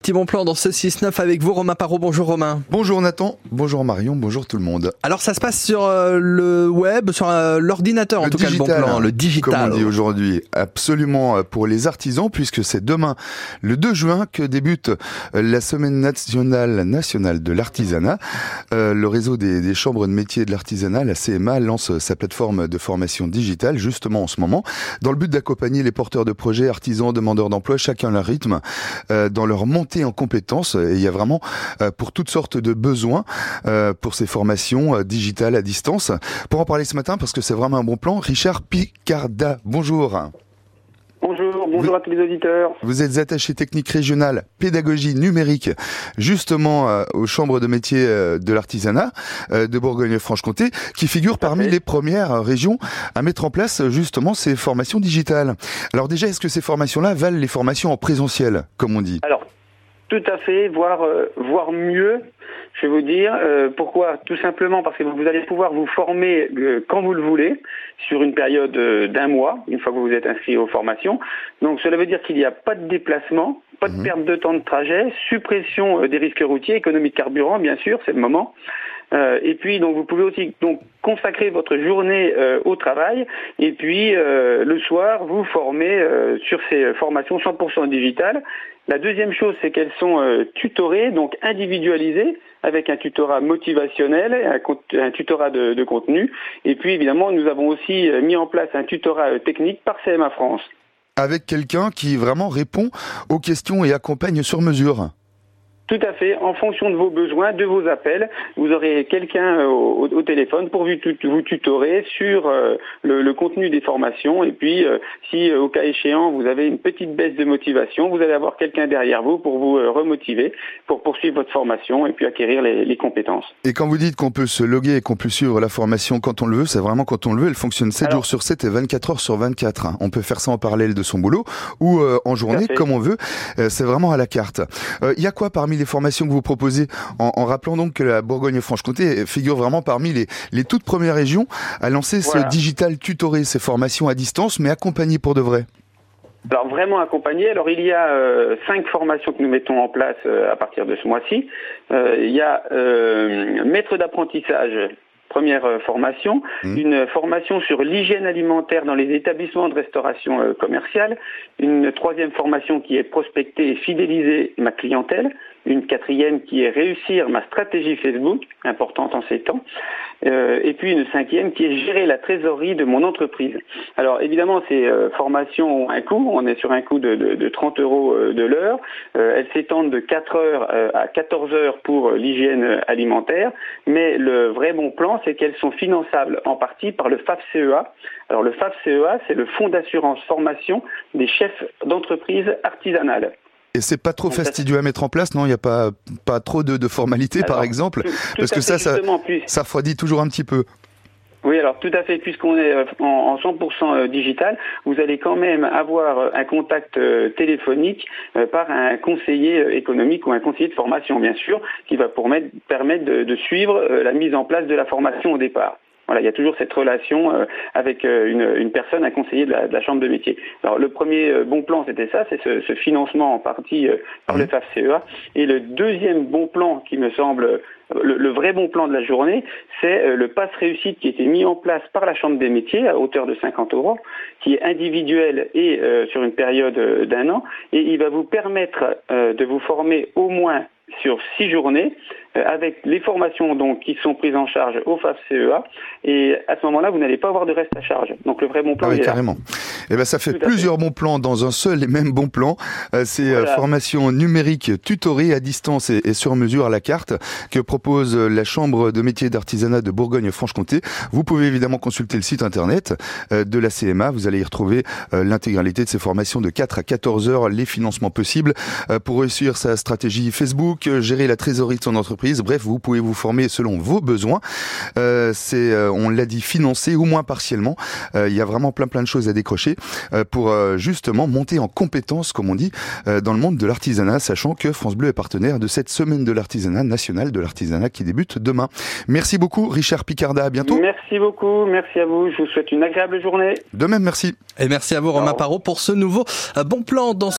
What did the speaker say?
petits bons plans dans ce 6-9 avec vous, Romain Parot. Bonjour Romain. Bonjour Nathan, bonjour Marion, bonjour tout le monde. Alors ça se passe sur le web, sur l'ordinateur en tout cas, le bon plan, le digital. Comme on dit aujourd'hui, absolument pour les artisans, puisque c'est demain, le 2 juin, que débute la semaine nationale de l'artisanat. Le réseau des chambres de métiers de l'artisanat, la CMA, lance sa plateforme de formation digitale, justement en ce moment, dans le but d'accompagner les porteurs de projets, artisans, demandeurs d'emploi, chacun leur rythme, dans leur montée en compétences. Et il y a vraiment pour toutes sortes de besoins pour ces formations digitales à distance. Pour en parler ce matin, parce que c'est vraiment un bon plan, Richard Picarda, bonjour. Bonjour à tous les auditeurs. Vous êtes attaché technique régional pédagogie numérique justement aux chambres de métiers de l'artisanat de Bourgogne-Franche-Comté, qui figure parmi les premières régions à mettre en place justement ces formations digitales. Alors déjà, est-ce que ces formations-là valent les formations en présentiel, comme on dit ? Alors, tout à fait, voire mieux. Je vais vous dire pourquoi. Tout simplement parce que vous allez pouvoir vous former quand vous le voulez, sur une période d'un mois, une fois que vous vous êtes inscrit aux formations. Donc cela veut dire qu'il n'y a pas de déplacement, pas de perte de temps de trajet, suppression des risques routiers, économie de carburant, bien sûr, c'est le moment. Et puis donc vous pouvez aussi consacrer votre journée au travail, et puis le soir vous former sur ces formations 100% digitales. La deuxième chose, c'est qu'elles sont tutorées, donc individualisées, avec un tutorat motivationnel, un tutorat de contenu. Et puis évidemment, nous avons aussi mis en place un tutorat technique par CMA France. Avec quelqu'un qui vraiment répond aux questions et accompagne sur mesure. Tout à fait, en fonction de vos besoins, de vos appels, vous aurez quelqu'un au téléphone pour vous tutorer sur le contenu des formations. Et puis, si au cas échéant, vous avez une petite baisse de motivation, vous allez avoir quelqu'un derrière vous pour vous remotiver, pour poursuivre votre formation et puis acquérir les compétences. Et quand vous dites qu'on peut se loguer et qu'on peut suivre la formation quand on le veut, c'est vraiment quand on le veut. Elle fonctionne 7 jours sur 7 et 24 heures sur 24. On peut faire ça en parallèle de son boulot ou en journée, comme on veut. C'est vraiment à la carte. Il y a quoi parmi les formations que vous proposez, en rappelant donc que la Bourgogne-Franche-Comté figure vraiment parmi les toutes premières régions à lancer ce digital tutoré, ces formations à distance, mais accompagnées pour de vrai. Alors vraiment accompagné. Alors il y a 5 formations que nous mettons en place à partir de ce mois-ci. Il y a maître d'apprentissage. Première formation, une formation sur l'hygiène alimentaire dans les établissements de restauration commerciale, une troisième formation qui est prospecter et fidéliser ma clientèle, une quatrième qui est réussir ma stratégie Facebook, importante en ces temps, et puis une cinquième qui est gérer la trésorerie de mon entreprise. Alors évidemment, ces formations ont un coût, on est sur un coût de 30 euros de l'heure, elles s'étendent de 4 heures à 14 heures pour l'hygiène alimentaire, mais le vrai bon plan, c'est qu'elles sont finançables en partie par le FAFCEA. Alors le FAFCEA, c'est le Fonds d'assurance formation des chefs d'entreprise artisanales. Et c'est pas trop fastidieux à mettre en place, non ? Il n'y a pas trop de formalités, par exemple, parce que ça refroidit toujours un petit peu. Oui, alors tout à fait, puisqu'on est en 100% digital, vous allez quand même avoir un contact téléphonique par un conseiller économique ou un conseiller de formation, bien sûr, qui va permettre de suivre la mise en place de la formation au départ. Voilà, il y a toujours cette relation avec une personne, un conseiller de la chambre de métier. Alors le premier bon plan, c'était ça, c'est ce financement en partie par le FAFCEA. Et le deuxième bon plan qui me semble le vrai bon plan de la journée, c'est le pass réussite qui a été mis en place par la chambre des métiers à hauteur de 50 euros, qui est individuel et sur une période d'1 an. Et il va vous permettre de vous former au moins sur 6 journées, avec les formations donc qui sont prises en charge au FAFCEA, et à ce moment-là, vous n'allez pas avoir de reste à charge. Donc le vrai bon plan, oui, carrément. Et ben ça fait plusieurs bons plans dans un seul et même bon plan. C'est formation numérique tutorée à distance et sur mesure à la carte que propose la Chambre de métiers d'artisanat de Bourgogne-Franche-Comté. Vous pouvez évidemment consulter le site internet de la CMA. Vous allez y retrouver l'intégralité de ces formations de 4 à 14 heures, les financements possibles pour réussir sa stratégie Facebook, gérer la trésorerie de son entreprise. Bref, vous pouvez vous former selon vos besoins. On l'a dit, financé au moins partiellement. Il y a vraiment plein de choses à décrocher pour justement monter en compétences, comme on dit, dans le monde de l'artisanat, sachant que France Bleu est partenaire de cette semaine de l'artisanat national de l'artisanat qui débute demain. Merci beaucoup, Richard Picarda. À bientôt. Merci beaucoup. Merci à vous. Je vous souhaite une agréable journée. De même, merci. Et merci à vous, Romain Parot, pour ce nouveau bon plan dans